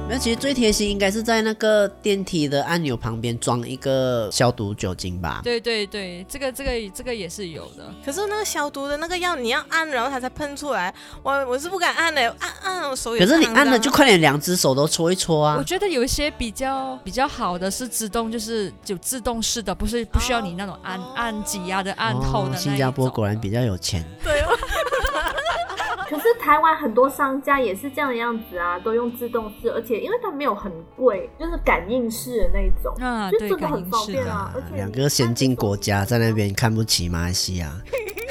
那其实最贴心应该是在那个电梯的按钮旁边装一个消毒酒精吧。 对对对，这个也是有的。 可是那个消毒的那个药你要按，然后它才喷出来，我是不敢按的，按我手也可是你按了就快点2只手都搓一搓啊。 我觉得有一些比较好的是自动，就是有自动式的，不需要你那种按挤压的按后的那一种。 新加坡果然比较有钱。 对可是台湾很多商家也是这样的样子啊，都用自动式，而且因为它没有很贵，就是感应式的那一种，就真的很方便啊。而且两个先进国家在那边看不起马来西亚。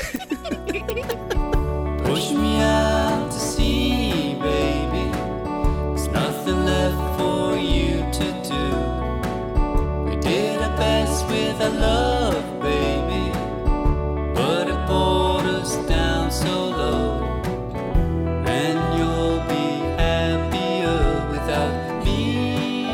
Push me out to sea, baby. There's nothing left for you to do. We did our best with our love, baby, but it brought us down so low. And you'll be happier without me.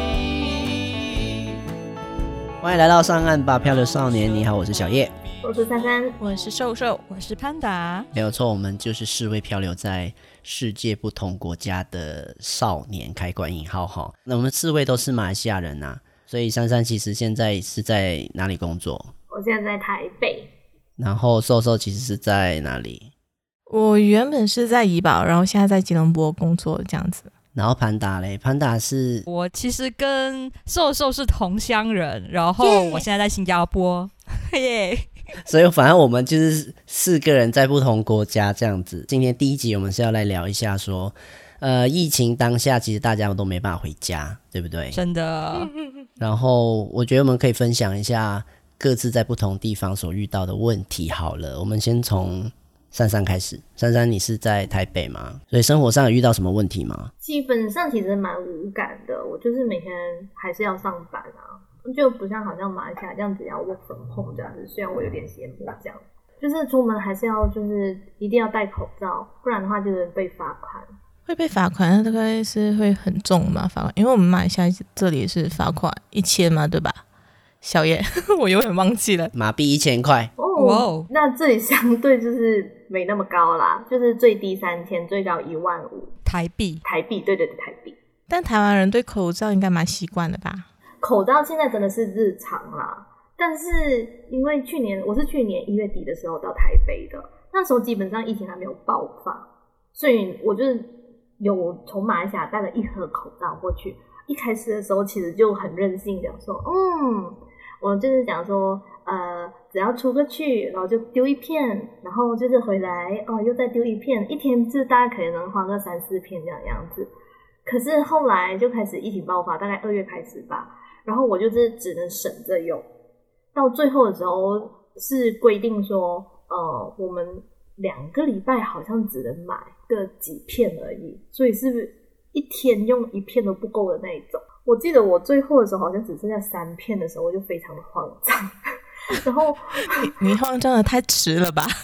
欢迎来到上岸吧，漂流少年。你好，我是小叶。 我是珊珊， 我是瘦瘦， 我是潘达。 没有错，我们就是4位漂流在世界不同国家的少年，开关引号哈。那我们4位都是马来西亚人啊，所以珊珊其实现在是在哪里工作？ 我现在在台北。 然后瘦瘦其实是在哪里？ 我原本是在怡保，然后现在在吉隆坡工作这样子。 然后潘达嘞，潘达是我其实跟瘦瘦是同乡人，然后我现在在新加坡，耶。 所以反正我们就是4个人在不同国家这样子。今天第一集我们是要来聊一下说，疫情当下其实大家都没办法回家，对不对？ 真的。 然后我觉得我们可以分享一下各自在不同地方所遇到的问题好了。我们先从珊珊开始。珊珊，你是在台北吗？所以生活上有遇到什么问题吗？ 基本上其实蛮无感的，我就是每天还是要上班啊，就不像好像马来西亚这样子要 work from home 这样子，虽然我有点羡慕这样，就是出门还是要就是一定要戴口罩，不然的话就是被罚款。 会被罚款，大概是会很重嘛罚款，因为我们马来西亚这里是罚款1000嘛，对吧？小叶，我有点忘记了， 马币1000块。 哦，那这里相对就是没那么高啦，就是最低3000，最高15000 台币。 台币，对对对，台币。 但台湾人对口罩应该蛮习惯的吧？ 口罩现在真的是日常啦，但是因为我是去年1月底的时候到台北的，那时候基本上疫情还没有爆发，所以我就是有从马来西亚带了1盒口罩过去。一开始的时候其实就很任性讲说，我就是讲说只要出个去，然后就丢1片，然后就是回来又再丢1片，一天是大概可能花个3-4片这样子。可是后来就开始疫情爆发，大概2月开始吧，然后我就是只能省着用，到最后的时候是规定说我们2个礼拜好像只能买个几片而已，所以是一天用1片都不够的那一种。我记得我最后的时候好像只剩下3片的时候，我就非常的慌张。然后你慌张的太迟了吧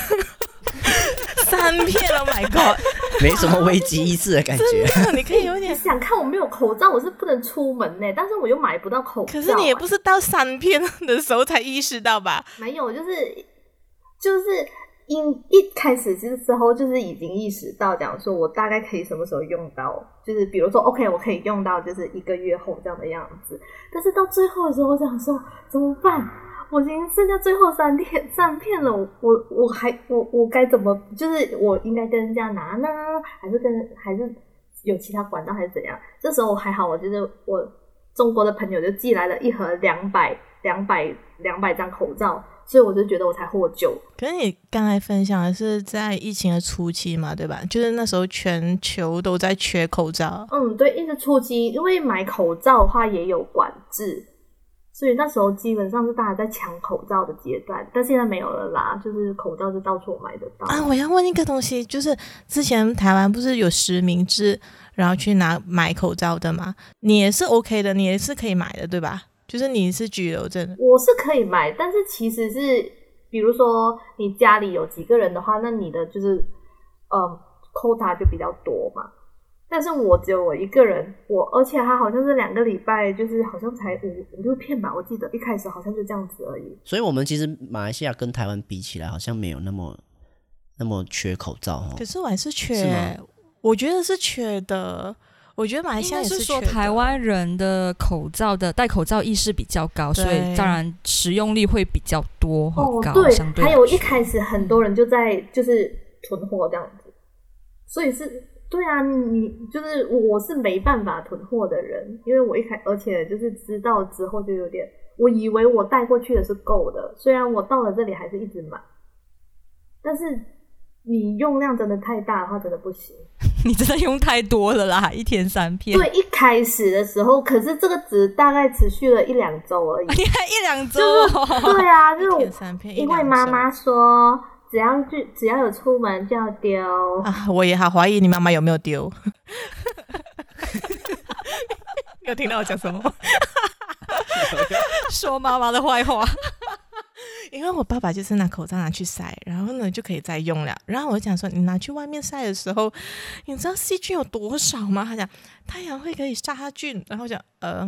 3片 Oh my god， 没什么危机意识的感觉。 真的你可以有点想看，我没有口罩我是不能出门呢，但是我又买不到口罩。 可是你也不是到3片的时候才意识到吧？ 没有，就是一开始之后就是已经意识到讲说我大概可以什么时候用到，就是比如说 OK 我可以用到就是1个月后这样的样子。但是到最后的时候我想说怎么办，我已经剩下最后3片了，我该怎么，就是我应该跟人家拿呢，还是有其他管道还是怎样？这时候还好，我就是我中国的朋友就寄来了1盒200张口罩，所以我就觉得我才获救。 可是你刚才分享的是在疫情的初期嘛，对吧？就是那时候全球都在缺口罩。 对，一直初期，因为买口罩的话也有管制，所以那时候基本上是大家在抢口罩的阶段，但现在没有了啦，就是口罩是到处买得到啊。我要问一个东西，就是之前台湾不是有实名制，然后去买口罩的吗？你也是 OK 的，你也是可以买的，对吧？就是你是居留证， 我是可以买，但是其实是比如说你家里有几个人的话，那你的就是quota 就比较多嘛。但是我只有我一个人，而且他好像是2个礼拜，就是好像才5-6片吧，我记得一开始好像就这样子而已。 所以我们其实马来西亚跟台湾比起来，好像没有那么缺口罩哦。 可是我还是缺，我觉得是缺的。 我觉得马来应该西亚也是说缺的台湾人的戴口罩意识比较高， 对所以当然使用率会比较多和高。 对， 相对还有来说一开始很多人就在就是囤货这样子，所以是对啊，你就是我是没办法囤货的人，因为我而且就是知道之后就有点，我以为我带过去的是够的，虽然我到了这里还是一直买，但是你用量真的太大的话真的不行。 你真的用太多了啦，一天3片。 对，一开始的时候，可是这个只大概持续了1-2周而已。 你还1-2周、 对啊，就是一天3片， 因为妈妈说只要有出门就要丢啊，我也好怀疑你妈妈有没有丢。有听到我讲什么？ 说妈妈的坏话。 因为我爸爸就是拿口罩拿去晒，然后呢就可以再用了。然后我就讲说，你拿去外面晒的时候，你知道细菌有多少吗？他讲太阳会可以杀菌。然后我讲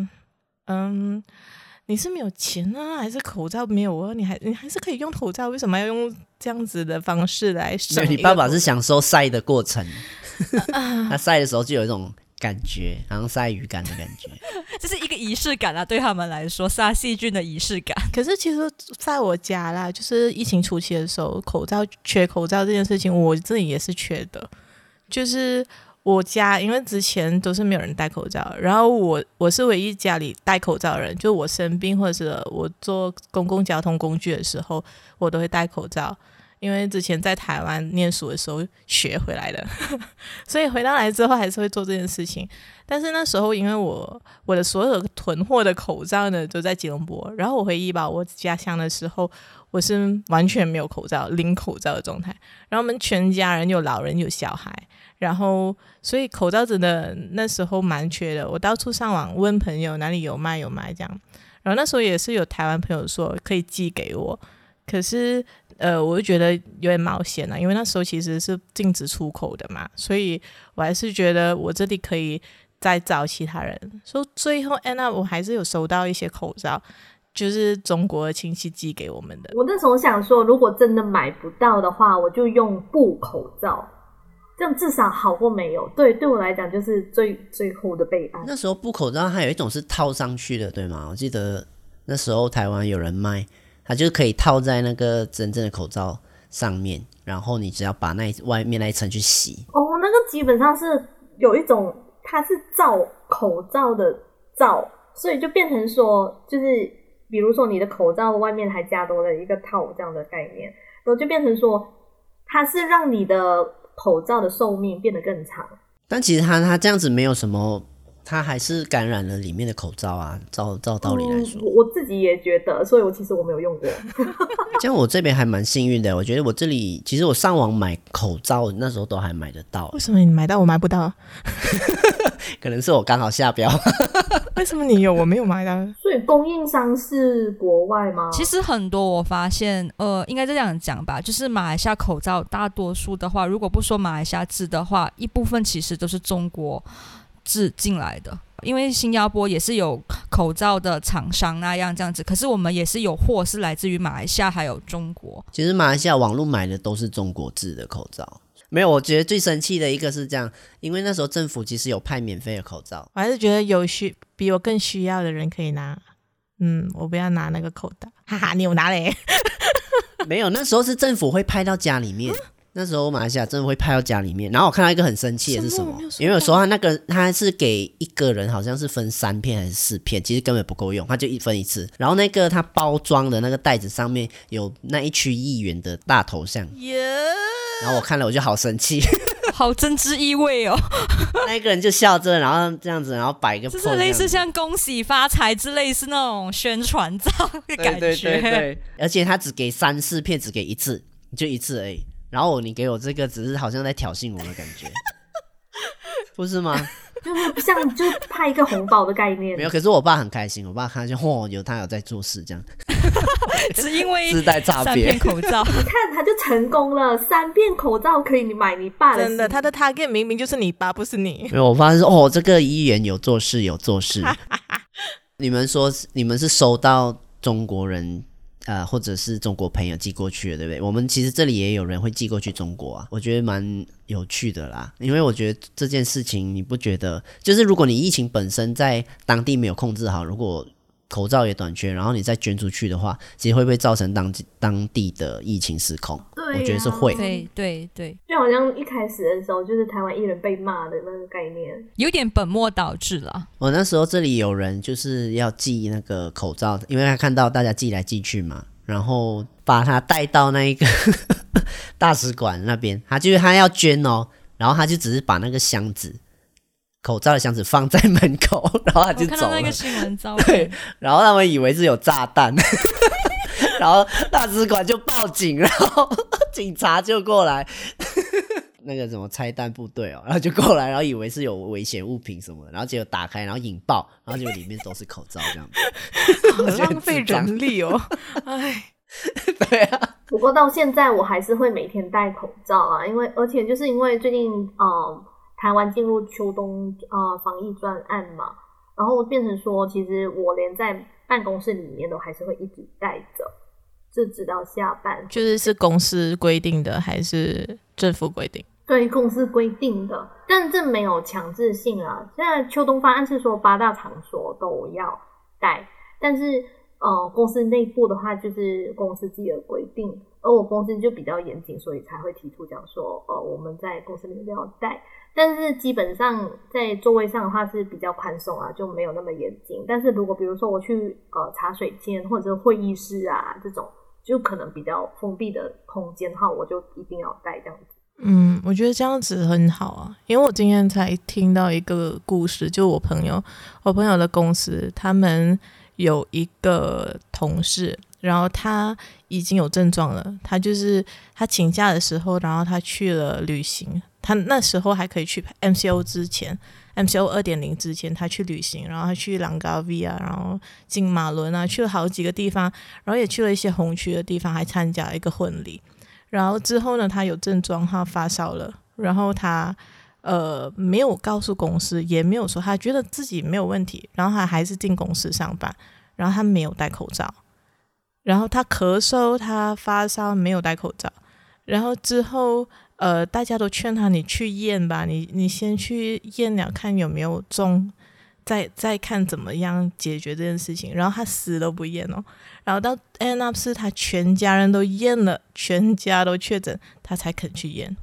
你是没有钱啊，还是口罩没有啊？你还是可以用口罩，为什么要用这样子的方式来省一个口罩？ 你爸爸是享受晒的过程，他晒的时候就有一种感觉，好像晒鱼干的感觉。 这是一个仪式感啊，对他们来说，杀细菌的仪式感。 可是其实在我家啦，就是疫情初期的时候，缺口罩这件事情，我自己也是缺的。就是我家因为之前都是没有人戴口罩，然后我是唯一家里戴口罩的人，就我生病或者是我坐公共交通工具的时候，我都会戴口罩。因为之前在台湾念书的时候学回来的所以回到来之后还是会做这件事情。但是那时候因为我的所有囤货的口罩呢都在吉隆坡，然后我回忆吧，我家乡的时候我是完全没有口罩，零口罩的状态，然后我们全家人有老人有小孩，然后所以口罩真的那时候蛮缺的。我到处上网问朋友哪里有卖这样，然后那时候也是有台湾朋友说可以寄给我，可是我就觉得有点冒险了，因为那时候其实是禁止出口的嘛，所以我还是觉得我这里可以再找其他人。所以最后我还是有收到一些口罩，就是中国的亲戚寄给我们的。 我那时候想说，如果真的买不到的话，我就用布口罩，这样至少好过没有。对我来讲就是最后的备案。 那时候布口罩还有一种是套上去的，对吗？我记得那时候台湾有人卖，它就可以套在那个真正的口罩上面，然后你只要把外面那一层去洗。 哦，那个基本上是有一种，它是罩口罩的罩，所以就变成说，就是比如说你的口罩外面还加多了一个套这样的概念，然后就变成说，它是让你的口罩的寿命变得更长。 但其实它这样子没有什么，它还是感染了里面的口罩啊，照道理来说。 我自己也觉得，所以其实我没有用过。 这样我这边还蛮幸运的，我觉得我这里其实我上网买口罩那时候都还买得到。 为什么你买到我买不到？ 可能是我刚好下标。 为什么你有我没有买到？ 所以供应商是国外吗？ 其实很多我发现应该这样讲吧，就是马来西亚口罩大多数的话，如果不说马来西亚制的话，一部分其实都是中国制进来的。因为新加坡也是有口罩的厂商那样这样子，可是我们也是有货是来自于马来西亚还有中国。 其实马来西亚网络买的都是中国制的口罩。没有，我觉得最生气的一个是这样，因为那时候政府其实有派免费的口罩， 我还是觉得比我更需要的人可以拿。我不要拿那个口罩，哈哈，你有拿嘞？ 没有，那时候是政府会派到家里面。那时候马来西亚真的会派到家里面，然后我看到一个很生气的是什么？因为有时候他是给一个人好像是分3片还是4片，其实根本不够用，他就一分一次。然后那个他包装的那个袋子上面有那一区议员的大头像，然后我看了我就好生气。 好真知意味哦。 那一个人就笑着，然后这样子，然后摆一个 pose， 就是类似像恭喜发财之类，是那种宣传照的感觉。 对，而且他只给3、4片，只给一次，就一次而已。然后你给我这个，只是好像在挑衅我的感觉，不是吗？ 就是像就派一个红包的概念。 没有，可是我爸很开心，我爸看就他有在做事这样。 只因为自带诈骗 3片口罩， 你看他就成功了，3片口罩可以买你爸的。 真的，他的 target 明明就是你爸，不是你。 没有，我发现说这个议员有做事。你们说你们是收到中国人或者是中国朋友寄过去的，对不对？我们其实这里也有人会寄过去中国啊，我觉得蛮有趣的啦。因为我觉得这件事情，你不觉得就是如果你疫情本身在当地没有控制好，如果口罩也短缺，然后你再捐出去的话，其实会不会造成当地的疫情失控？ 对啊， 我觉得是会。 对， 就好像一开始的时候，就是台湾艺人被骂的那个概念， 有点本末倒置啦。 我那时候这里有人就是要寄那个口罩，因为他看到大家寄来寄去嘛，然后把他带到那一个大使馆那边，他要捐哦，然后他就只是把那个箱子。口罩的箱子放在门口，然后他就走了。 我看到那个新闻照片， 对，然后他们以为是有炸弹，然后大使馆就报警，然后警察就过来，那个什么拆弹部队然后就过来，然后以为是有危险物品什么的，然后结果打开，然后引爆，然后结果里面都是口罩这样子， 好浪费人力哦，哎。 对啊， 不过到现在我还是会每天戴口罩啊，而且就是因为最近台湾进入秋冬防疫专案嘛，然后变成说，其实我连在办公室里面都还是会一直戴着，就直到下班。 就是公司规定的还是政府规定？ 对，公司规定的，但这没有强制性啊。现在秋冬方案是说8大场所都要戴，但是公司内部的话就是公司自己的规定，而我公司就比较严谨，所以才会提出讲说我们在公司里面要戴。但是基本上在座位上的话是比较宽松啊，就没有那么严谨。但是如果比如说我去茶水间或者是会议室啊这种就可能比较封闭的空间的话，我就一定要戴这样子。 我觉得这样子很好啊，因为我今天才听到一个故事，就我朋友的公司，他们有一个同事，然后他已经有症状了，他请假的时候，然后他去了旅行，他那时候还可以去 MCO 之前 MCO 2.0 之前他去旅行，然后他去朗高 V 啊，然后金马伦啊，去了好几个地方，然后也去了一些红区的地方，还参加了一个婚礼。然后之后呢，他有症状，他发烧了，然后他没有告诉公司，也没有说，他觉得自己没有问题，然后他还是进公司上班，然后他没有戴口罩，然后他咳嗽，他发烧没有戴口罩，然后之后大家都劝他，你去验吧，你先去验了看有没有中，再看怎么样解决这件事情。然后他死都不验哦，然后到 end up 是他全家人都验了，全家都确诊，他才肯去验。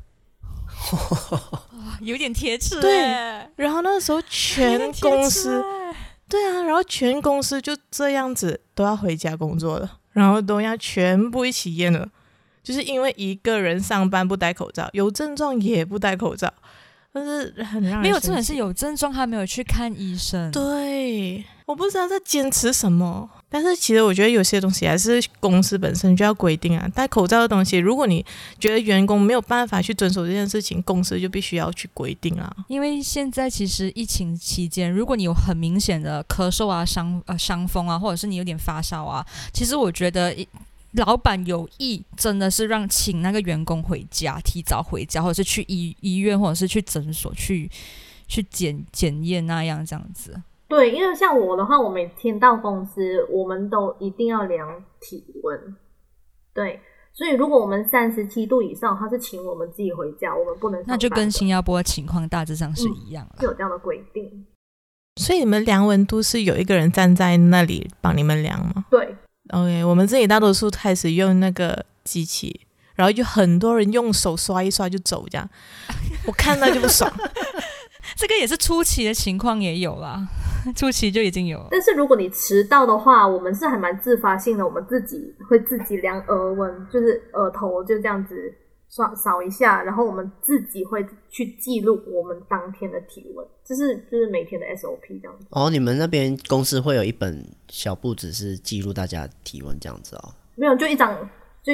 有点贴切。 对，然后那时候全公司，对啊，然后全公司就这样子都要回家工作了，然后都要全部一起验了，就是因为一个人上班不戴口罩，有症状也不戴口罩，但是很让人没有，重点是有症状他没有去看医生。 对，我不知道在坚持什么，但是其实我觉得有些东西还是公司本身就要规定啊。戴口罩的东西，如果你觉得员工没有办法去遵守这件事情，公司就必须要去规定啊。 因为现在其实疫情期间，如果你有很明显的咳嗽啊、伤风啊，或者是你有点发烧啊，其实我觉得老板有意真的是请那个员工回家，提早回家，或者是去医院，或者是去诊所去检验那样这样子。 对，因为像我的话，我每天到公司，我们都一定要量体温。对，所以如果我们37度以上，他是请我们自己回家，我们不能上班的。 那就跟新加坡的情况大致上是一样了， 是有这样的规定。 所以你们量温度是有一个人站在那里帮你们量吗？ 对。 OK， 我们这里大多数开始用那个机器，然后就很多人用手刷一刷就走这样，我看到就不爽。 这个也是初期的情况也有啦，初期就已经有了。 但是如果你迟到的话，我们是还蛮自发性的，我们自己会自己量额温，就是额头就这样子扫一下，然后我们自己会去记录我们当天的体温，就是每天的 SOP 这样子。 哦，你们那边公司会有一本小簿子是记录大家的体温这样子哦？ 没有，就一张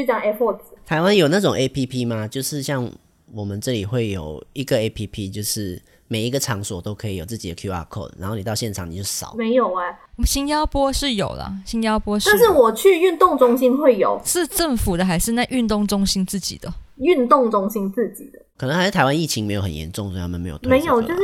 A4 纸。 台湾有那种 APP 吗？就是像我们这里会有一个 APP， 就是每一个场所都可以有自己的 QR code， 然后你到现场你就扫。 没有新加坡是有啦，新加坡是有， 但是我去运动中心会有。 是政府的还是那运动中心自己的？ 运动中心自己的。 可能还是台湾疫情没有很严重，所以他们没有推。 没有，就是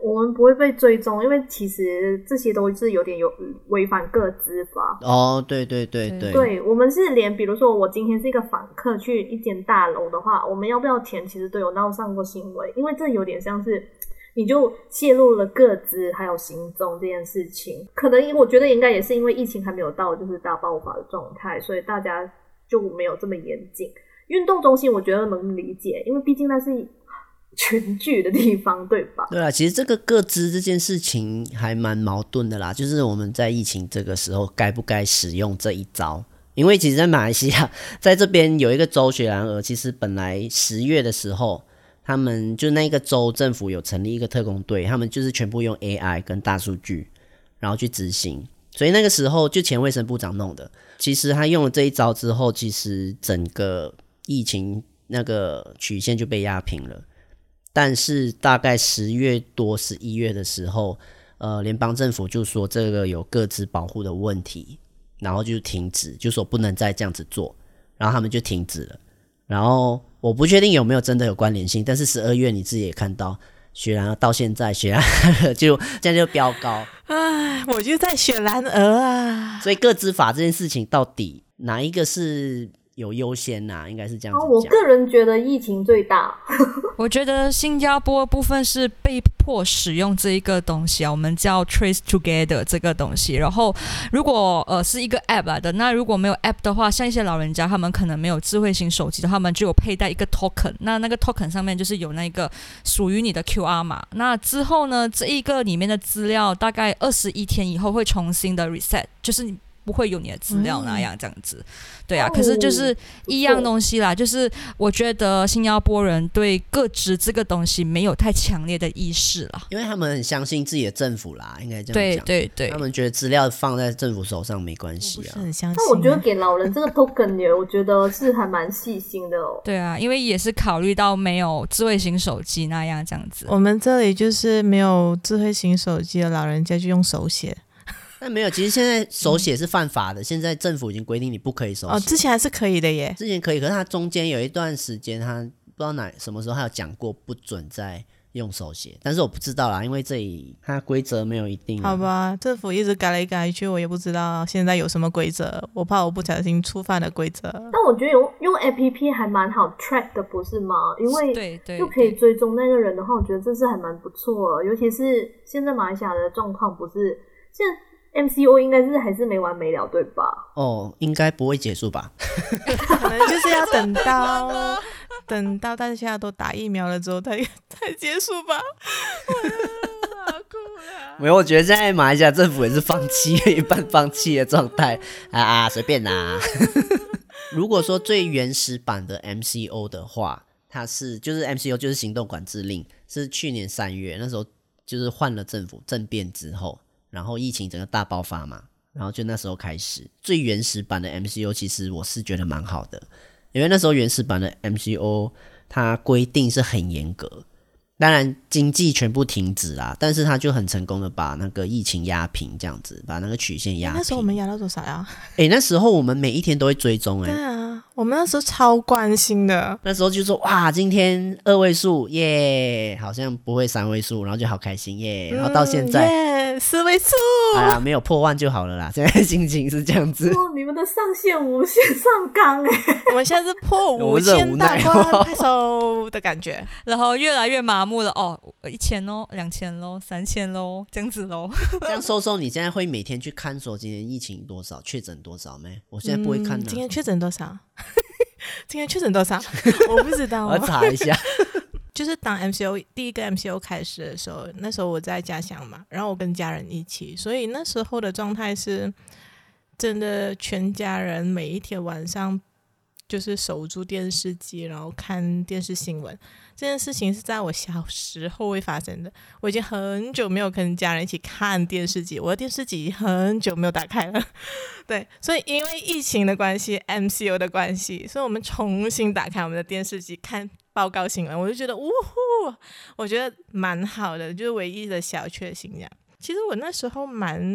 我们不会被追踪，因为其实这些都是有点违反个资法。 哦，对对对对， 对，我们是连比如说我今天是一个访客去一间大楼的话，我们要不要填其实都有闹上过新闻，因为这有点像是你就泄露了个资还有行踪这件事情。可能我觉得应该也是因为疫情还没有到就是大爆发的状态，所以大家就没有这么严谨。运动中心我觉得能理解，因为毕竟那是群聚的地方，对吧？ 对啊，其实这个个资这件事情还蛮矛盾的啦，就是我们在疫情这个时候该不该使用这一招？因为其实在马来西亚，在这边有一个州雪兰莪，其实本来10月的时候，他们就那个州政府有成立一个特工队，他们就是全部用 AI 跟大数据，然后去执行。所以那个时候就前卫生部长弄的，其实他用了这一招之后，其实整个疫情那个曲线就被压平了。但是大概10月多11月的时候，联邦政府就说这个有个资保护的问题，然后就停止，就说不能再这样子做，然后他们就停止了。然后我不确定有没有真的有关联性，但是12月你自己也看到，雪兰到现在雪兰就现在就飙高， 唉，我就在雪兰莪啊。 所以个资法这件事情到底哪一个是有优先啊？应该是这样子讲。 我个人觉得疫情最大。 我觉得新加坡部分是被迫使用这一个东西啊，我们叫 Trace Together 这个东西。然后如果是一个 App 来的，那如果没有 App 的话，像一些老人家他们可能没有智慧型手机的，他们就有佩戴一个 Token。那个 Token 上面就是有那个属于你的 QR 码。那之后呢，这一个里面的资料大概21天以后会重新的 reset， 就是你不会有你的资料那样这样子，对啊。可是就是一样东西啦，就是我觉得新加坡人对个资这个东西没有太强烈的意识啦， 因为他们很相信自己的政府啦，应该这样对讲。 对对， 他们觉得资料放在政府手上没关系不是啊。 很相信。 但我觉得给老人这个 token 也，我觉得是还蛮细心的哦。 对啊，因为也是考虑到没有智慧型手机那样这样子。 我们这里就是没有智慧型手机的老人家就用手写。 但没有，其实现在手写是犯法的，现在政府已经规定你不可以手写。 哦，之前还是可以的耶。 之前可以，可是他中间有一段时间，他不知道什么时候他有讲过不准再用手写，但是我不知道啦，因为这里它规则没有一定。 好吧，政府一直改来改去，我也不知道现在有什么规则，我怕我不小心触犯了规则。 但我觉得用 APP 还蛮好 track 的，不是吗？因为对对， 就可以追踪那个人的话，我觉得这是还蛮不错的。尤其是现在马来西亚的状况，不是现在 MCO 应该是还是没完没了，对吧？ 哦，应该不会结束吧？ 可能就是要等到大家都打疫苗了之后才结束吧。好酷啊！ 没有，我觉得现在马来西亚政府也是放弃一半放弃的状态随便啦。如果说最原始版的 MCO 的话，它就是 MCO 就是行动管制令，是去年3月那时候就是换了政府政变之后，然后疫情整个大爆发嘛，然后就那时候开始最原始版的 MCO， 其实我是觉得蛮好的，因为那时候原始版的 MCO 它规定是很严格，当然经济全部停止啦，但是它就很成功的把那个疫情压平，这样子把那个曲线压平。 那时候我们压到多少呀？ 那时候我们每一天都会追踪对啊，我们那时候超关心的。 那时候就说哇，今天2位数耶，好像不会3位数，然后就好开心耶。然后到现在 4位数， 没有破万就好了啦。现在心情是这样子。 你们的上限无限上纲我们现在是破5000大关拍手的感觉， 然后越来越麻木了哦，1000咯，2000咯，3000咯，这样子咯。 这样收，你现在会每天去看说今天疫情多少，确诊多少没？我现在不会看的。 今天确诊多少？今天确诊多少？我不知道。 我要查一下。 就是当 MCO 第一个 MCO 开始的时候，那时候我在家乡嘛，然后我跟家人一起，所以那时候的状态是真的全家人每一天晚上就是守住电视机，然后看电视新闻。这件事情是在我小时候会发生的，我已经很久没有跟家人一起看电视机，我的电视机很久没有打开了。对，所以因为疫情的关系 MCO 的关系，所以我们重新打开我们的电视机看报告新闻，我就觉得呜呼，我觉得蛮好的，就是唯一的小确幸这样。其实我那时候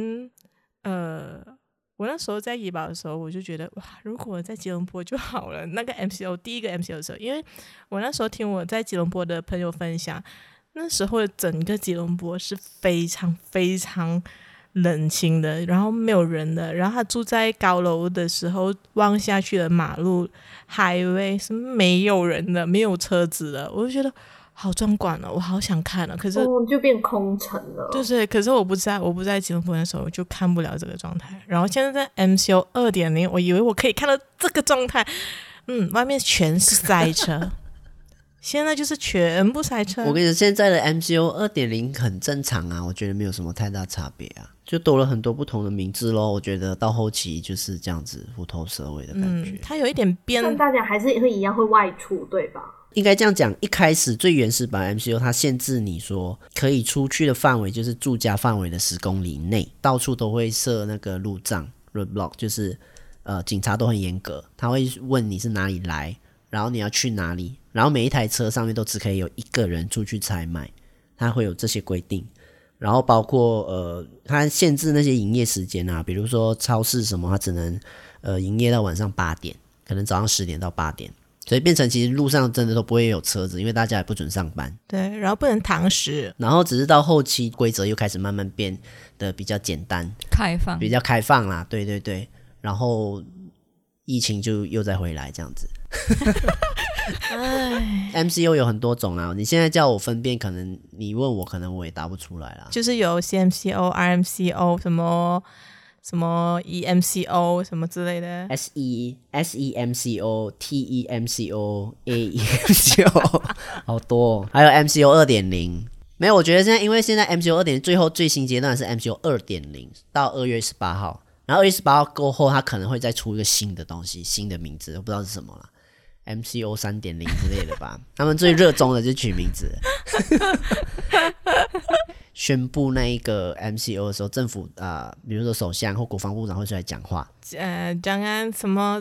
我那时候在怡保的时候，我就觉得哇，如果在吉隆坡就好了。那个 MCO 第一个 MCO 的时候，因为我那时候听我在吉隆坡的朋友分享， 那时候整个吉隆坡是非常非常冷清的，然后没有人的，然后他住在高楼的时候，望下去的马路 highway 是没有人的，没有车子的，我就觉得好壮观哦，我好想看可是就变空城了。 对，可是我不在吉隆坡的时候就看不了这个状态，然后现在在 MCO 2.0， 我以为我可以看到这个状态，外面全是塞车。现在就是全部塞车。 我跟你说，现在的 MCO 2.0 很正常啊，我觉得没有什么太大差别啊，就多了很多不同的名字咯。我觉得到后期就是这样子虎头蛇尾的感觉。 它有一点变， 但大家还是会一样会外出，对吧？ 应该这样讲，一开始最原始版 MCO 它限制你说可以出去的范围就是住家范围的10公里内，到处都会设那个路障 roadblock， 就是警察都很严格，他会问你是哪里来，然后你要去哪里，然后每一台车上面都只可以有一个人出去采买，他会有这些规定。然后包括他限制那些营业时间啊，比如说超市什么，他只能营业到晚上8点，可能早上10点到8点，所以变成其实路上真的都不会有车子，因为大家也不准上班。 对，然后不能堂食， 然后只是到后期规则又开始慢慢变得比较简单， 开放， 比较开放啦，对对对。然后疫情就又再回来这样子。MCO 有很多种啦，你现在叫我分辨，可能你问我，可能我也答不出来啦。 就是有 CMCO、RMCO 什么 EMCO 什么之类的 SEMCO、TEMCO、AEMCO 好多还有 MCO 2.0。没有，我觉得因为现在 MCO 2.0 最后最新阶段是 MCO 2.0，到2月18号，然后2月18号过后，它可能会再出一个新的东西，新的名字，我不知道是什么啦。MCO 3.0 之类的吧，他们最热衷的就是取名字。宣布那一个 MCO 的时候，政府比如说首相或国防部长会出来讲话 jangan什么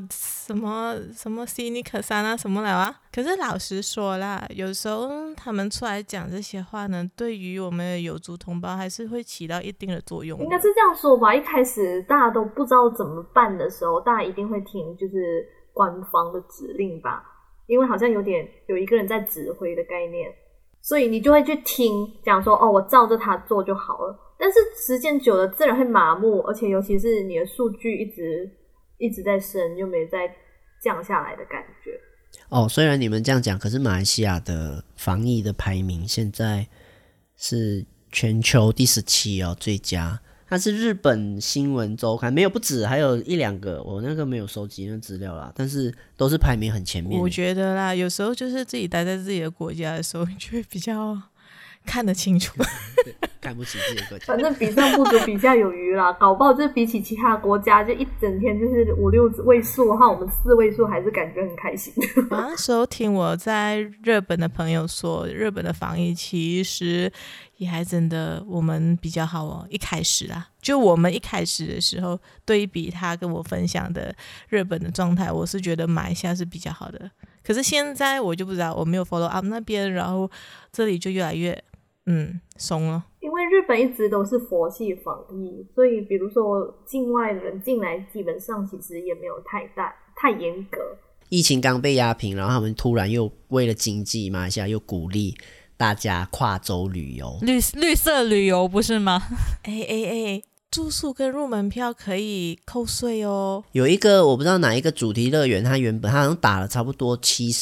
sini kesana 什么来啊？可是老实说啦，有时候他们出来讲这些话呢，对于我们的有族同胞还是会起到一定的作用的。 应该是这样说吧，一开始大家都不知道怎么办的时候，大家一定会听就是官方的指令吧，因为好像有一个人在指挥的概念，所以你就会去听讲说我照着他做就好了。但是时间久了自然会麻木，而且尤其是你的数据一直在升又没再降下来的感觉。 虽然你们这样讲，可是马来西亚的防疫的排名现在是全球第17最佳。它是日本新闻周刊，没有不止，还有1-2个，我那个没有收集那资料啦，但是都是排名很前面。 我觉得啦，有时候就是自己待在自己的国家的时候，就会比较看得清楚。 看不起自己的国家， 反正比上不足，比下有余啦。搞不好就比起其他国家，就一整天就是5-6位数的话，我们4位数还是感觉很开心的。 那时候听我在日本的朋友说，日本的防疫其实也还真的我们比较好哦。一开始啦，就我们一开始的时候，对比他跟我分享的日本的状态，我是觉得马来西亚是比较好的。可是现在我就不知道，我没有 follow up 那边，然后这里就越来越松了。 因为日本一直都是佛系防疫，所以比如说境外的人进来，基本上其实也没有太严格。 疫情刚被压平，然后他们突然又为了经济，马来西亚又鼓励大家跨州旅游， 绿色旅游不是吗？ 住宿跟入门票可以扣税哦。 有一个我不知道哪一个主题乐园，它原本它好像打了差不多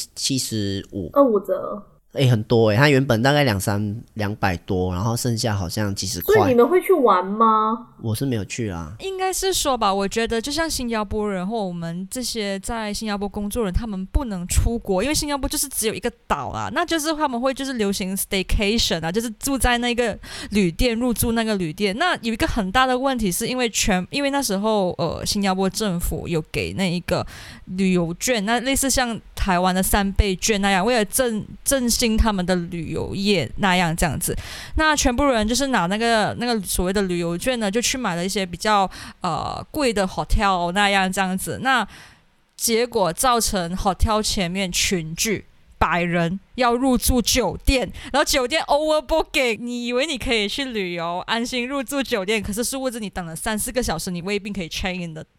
75 折。 很多它原本大概200多，然后剩下好像几十块。 所以你们会去玩吗？ 我是没有去啦。 应该是说吧，我觉得就像新加坡人或我们这些在新加坡工作人，他们不能出国，因为新加坡就是只有一个岛啊，那就是他们会就是流行 staycation 啊，就是住在那个旅店，入住那个旅店。那有一个很大的问题是因为那时候新加坡政府有给那一个旅游券，那类似像台湾的3倍券那样，为了振兴他们的旅游业那样这样子，那全部人就是拿那个所谓的旅游券呢，就去买了一些比较贵的 hotel 那样这样子，那结果造成 hotel 前面群聚100人要入住酒店，然后酒店 overbooking， 你以为你可以去旅游安心入住酒店，可是殊不知你等了3-4个小时，你未必可以 check in 得到。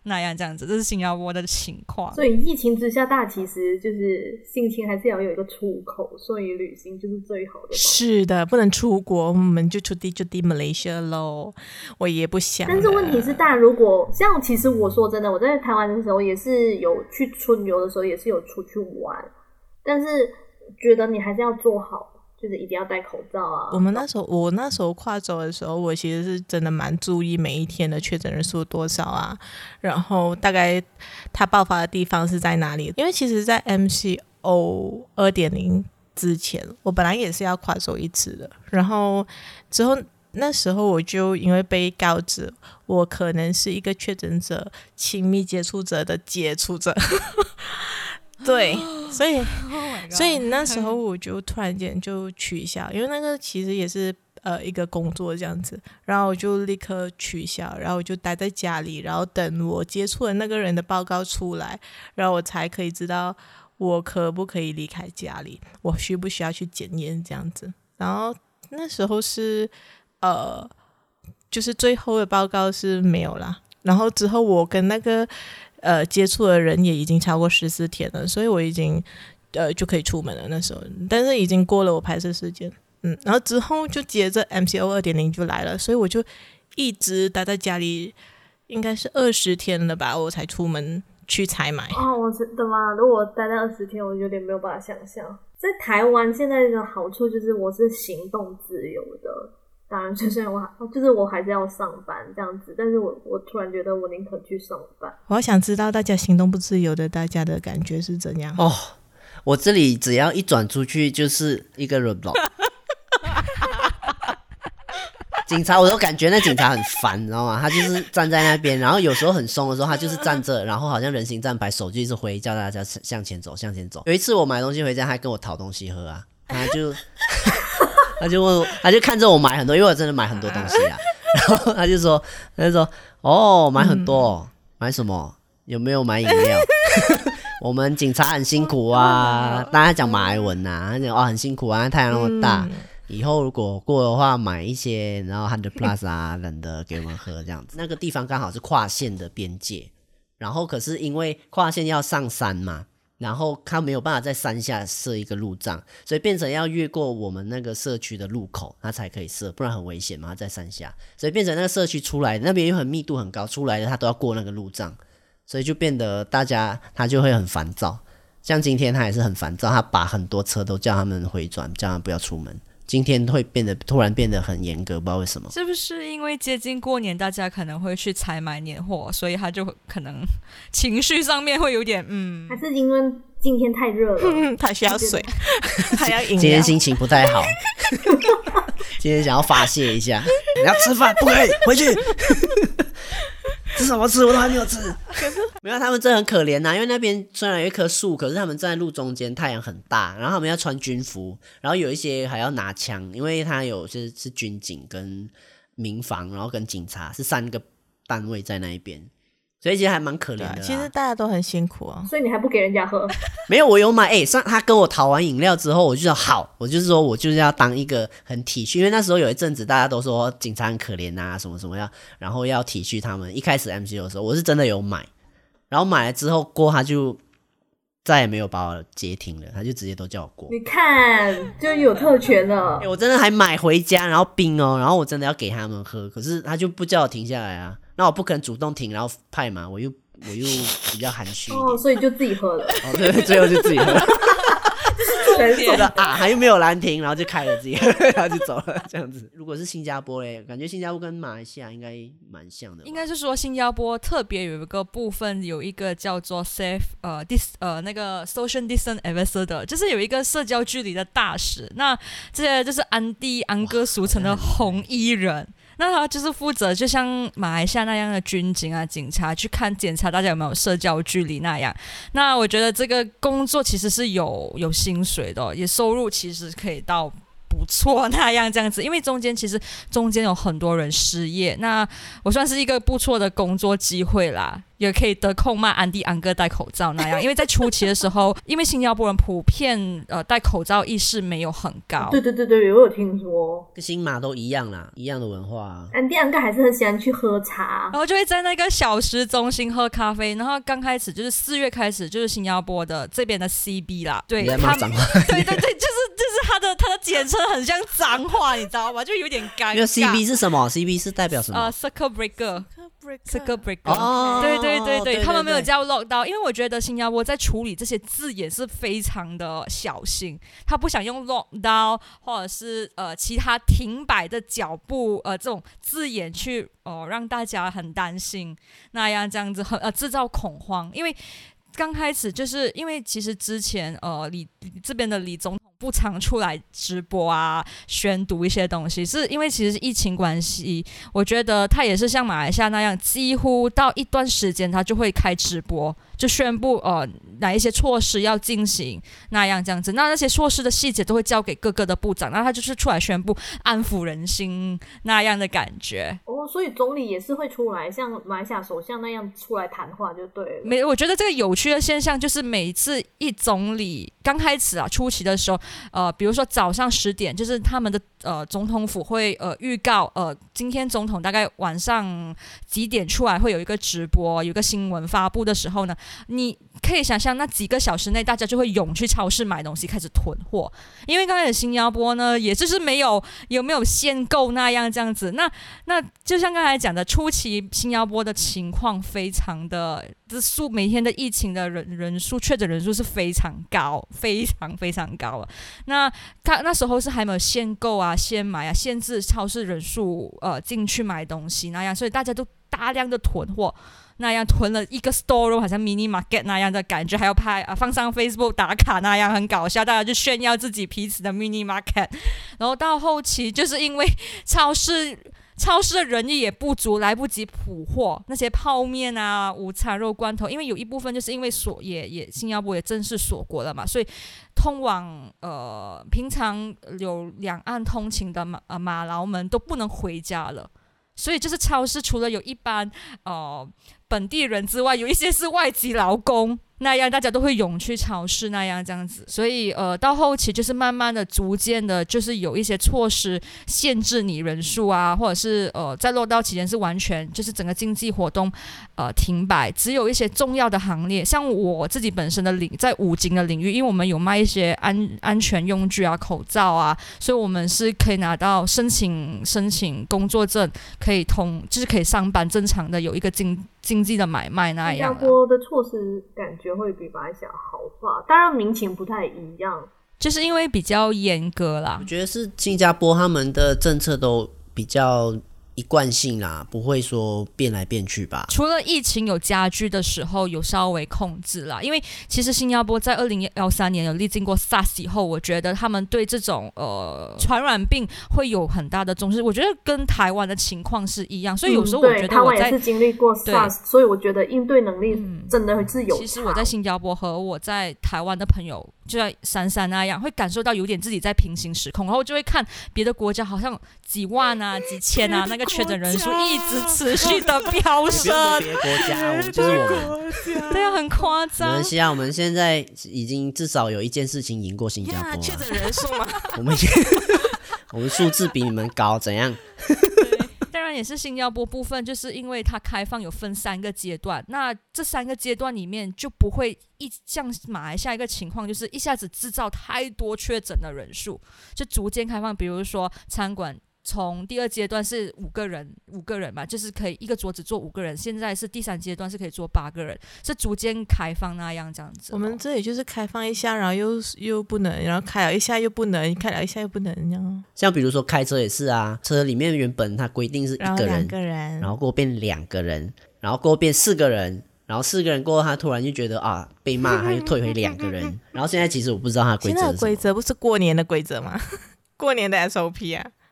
那样这样子，这是新加坡的情况。 所以疫情之下，大家其实就是心情还是要有一个出口，所以旅行就是最好的方法。 是的，不能出国，我们就出地 Malaysia 咯。我也不想。 但是问题是，但如果像其实我说真的，我在台湾的时候也是有去春游的时候，也是有出去玩，但是觉得你还是要做好。就是一定要戴口罩啊！ 我那时候跨州的时候，我其实是真的蛮注意每一天的确诊人数多少啊，然后大概它爆发的地方是在哪里？因为其实，在 MCO 2.0 之前，我本来也是要跨州一次的，然后之后那时候我就因为被告知我可能是一个确诊者、亲密接触者的接触者。对，所以那时候我就突然间就取消，因为那个其实也是一个工作这样子，然后我就立刻取消，然后我就待在家里，然后等我接触的那个人的报告出来，然后我才可以知道我可不可以离开家里，我需不需要去检验这样子。然后那时候是就是最后的报告是没有啦，然后之后我跟那个接触的人也已经超过14天了，所以我已经就可以出门了那时候，但是已经过了我拍摄时间，然后之后就接着 MCO 2.0 就来了，所以我就一直待在家里，应该是20天了吧，我才出门去采买。 我真的吗？如果待在20天，我有点没有办法想象。在台湾现在的好处就是我是行动自由的。当然，就是我还是要上班这样子，但是我突然觉得我宁可去上班。 我想知道大家行动不自由的大家的感觉是怎样？ 我这里只要一转出去就是一个 roadblock， 警察我都感觉那警察很烦，你知道吗？他就是站在那边，然后有时候很松的时候，他就是站着，然后好像人行站牌，手就一直挥，叫大家向前走，向前走。有一次我买东西回家，他还跟我讨东西喝啊，他就问我，他就看着我买很多，因为我真的买很多东西啊。然后他就说买很多，买什么？有没有买饮料？我们警察很辛苦啊，大家讲马来文啊，他讲很辛苦啊，太阳那么大，以后如果过的话买一些，然后 100 plus 啊冷的给我们喝这样子。那个地方刚好是跨县的边界，然后可是因为跨县要上山嘛。然后他没有办法在山下设一个路障，所以变成要越过我们那个社区的路口，他才可以设，不然很危险嘛，他在山下，所以变成那个社区出来的那边又很密度很高，出来的他都要过那个路障，所以就变得大家他就会很烦躁。像今天他也是很烦躁，他把很多车都叫他们回转，叫他们不要出门。今天会突然变得很严格，不知道为什么。 是不是因为接近过年，大家可能会去采买年货，所以他就可能情绪上面会有点还是因为今天太热了， 他需要水，他要饮料。 今天心情不太好，今天想要发泄一下。你要吃饭不可以，回去。吃什么吃？我都还没有吃。没有，他们真的很可怜因为那边虽然有一棵树，可是他们站在路中间，太阳很大，然后他们要穿军服，然后有一些还要拿枪，因为他有是军警跟民防，然后跟警察是3个单位在那一边，所以其实还蛮可怜的啦。 其实大家都很辛苦啊。 所以你还不给人家喝？ 没有，我有买。上他跟我讨完饮料之后，我就说好，我就是说我就是要当一个很体恤，因为那时候有一阵子大家都说警察很可怜啊，什么什么然后要体恤他们。一开始 MCO 的时候，我是真的有买，然后买了之后他就再也没有把我截停了，他就直接都叫我过。 你看，就有特权了。 我真的还买回家，然后冰然后我真的要给他们喝，可是他就不叫我停下来啊，那我不可能主动停，然后派嘛，我又比较含蓄一点， 所以就自己喝了。 对，最后就自己喝。 觉得还没有拦停，然后就开了自己，然后就走了这样子。如果是新加坡嘞，感觉新加坡跟马来西亚应该蛮像的吧。 应该是说新加坡特别有一个部分，有一个叫做 那个 social distance ambassador， 就是有一个社交距离的大使。那这些就是安哥俗称的红衣人。那他就是负责就像马来西亚那样的军警啊警察去检查大家有没有社交距离那样。那我觉得这个工作其实是有薪水的，也收入其实可以到不不错那样这样子，因为中间有很多人失业，那我算是一个不错的工作机会啦，也可以得空骂安迪安哥戴口罩那样，因为在初期的时候，因为新加坡人普遍戴口罩意识没有很高。 对，我有听说， 跟新马都一样啦，一样的文化啊。 安迪安哥还是很喜欢去喝茶， 然后就会在那个小时中心喝咖啡，然后刚开始就是4月开始，就是新加坡的这边的 CB 啦，对， 你在骂脏话？ 对，就是他的简称很像脏话，你知道吗？就有点尴尬。 因为 CB 是什么 ？CB 是代表什么 ？Circle Breaker。Circle Breaker， 哦， 对，他们没有叫 lockdown，因为我觉得新加坡在处理这些字眼是非常的小心，他不想用 lockdown 或者是其他停摆的脚步这种字眼去让大家很担心，那样这样子制造恐慌，因为刚开始就是因为其实之前这边的李总统不常出来直播啊宣读一些东西，是因为其实是疫情关系，我觉得他也是像马来西亚那样，几乎到一段时间他就会开直播，就宣布哪一些措施要进行那样这样子，那些措施的细节都会交给各个的部长，那他就是出来宣布安抚人心那样的感觉。 所以总理也是会出来像马来西亚首相那样出来谈话就对了。 我觉得这个有趣的现象就是每次一总理刚开始初期的时候比如说早上10点，就是他们的总统府会预告今天总统大概晚上几点出来会有一个直播，有一个新闻发布的时候呢，你可以想象那几个小时内大家就会涌去超市买东西开始囤货，因为刚开始新加坡呢也就是没有限购那样这样子，那就像刚才讲的初期新加坡的情况非常的每天的疫情的人数确诊人数是非常高，非常非常高了。那时候是还没有限购啊、限买啊、限制超市人数进去买东西那样，所以大家都大量的囤货，那样囤了一个 store room， 好像 mini market 那样的感觉，还要放上 Facebook 打卡那样，很搞笑，大家就炫耀自己彼此的 mini market。然后到后期就是因为超市的人力也不足，来不及补货，那些泡面啊、午餐肉罐头，因为有一部分就是因为新加坡也正式锁国了嘛，所以通往平常有两岸通勤的马劳们都不能回家了，所以就是超市除了有一般本地人之外，有一些是外籍劳工，那样大家都会涌去超市那样这样子，所以到后期就是慢慢的逐渐的就是有一些措施限制你人数啊，或者是在落到期间是完全就是整个经济活动停摆，只有一些重要的行业，像我自己本身的在五金的领域，因为我们有卖一些安全用具啊、口罩啊，所以我们是可以拿到申请工作证，就是可以上班，正常的有一个经济的买卖那样。 新加坡的措施感觉会比马来西亚好吧，当然民情不太一样， 就是因为比较严格啦。 我觉得是新加坡他们的政策都比较一贯性啦，不会说变来变去吧。 除了疫情有加剧的时候有稍微控制啦，因为其实新加坡在2013年有历经过 SARS 以后，我觉得他们对这种传染病会有很大的重视，我觉得跟台湾的情况是一样，所以有时候我觉得台湾也是经历过 SARS， 所以我觉得应对能力真的是有差。 其实我在新加坡和我在台湾的朋友就像珊那样，会感受到有点自己在平行时空，然后就会看别的国家好像几万啊、几千啊，那个确诊人数一直持续的飙升。 别的国家，就是我们。 对啊，很夸张。 没关系啊，我们现在已经至少有一件事情赢过新加坡了。 确诊人数吗？ 我们数字比你们高，怎样？ 当然也是新加坡部分，就是因为它开放有分3个阶段，那这3个阶段里面就不会像马来西亚一个情况，就是一下子制造太多确诊的人数，就逐渐开放。比如说餐馆从第2阶段是5个人嘛，就是可以一个桌子坐5个人，现在是第3阶段是可以坐8个人，是逐渐开放那样这样子。 我们这里就是开放一下，然后又不能，然后开了一下又不能，开了一下又不能这样。 像比如说开车也是啊，车里面原本它规定是1个人，然后过后变2个人，然后过后变4个人，然后4个人过后他突然就觉得被骂，他就退回2个人。然后现在其实我不知道他的规则是什么。 现在的规则不是过年的规则吗？过年的 SOP 啊。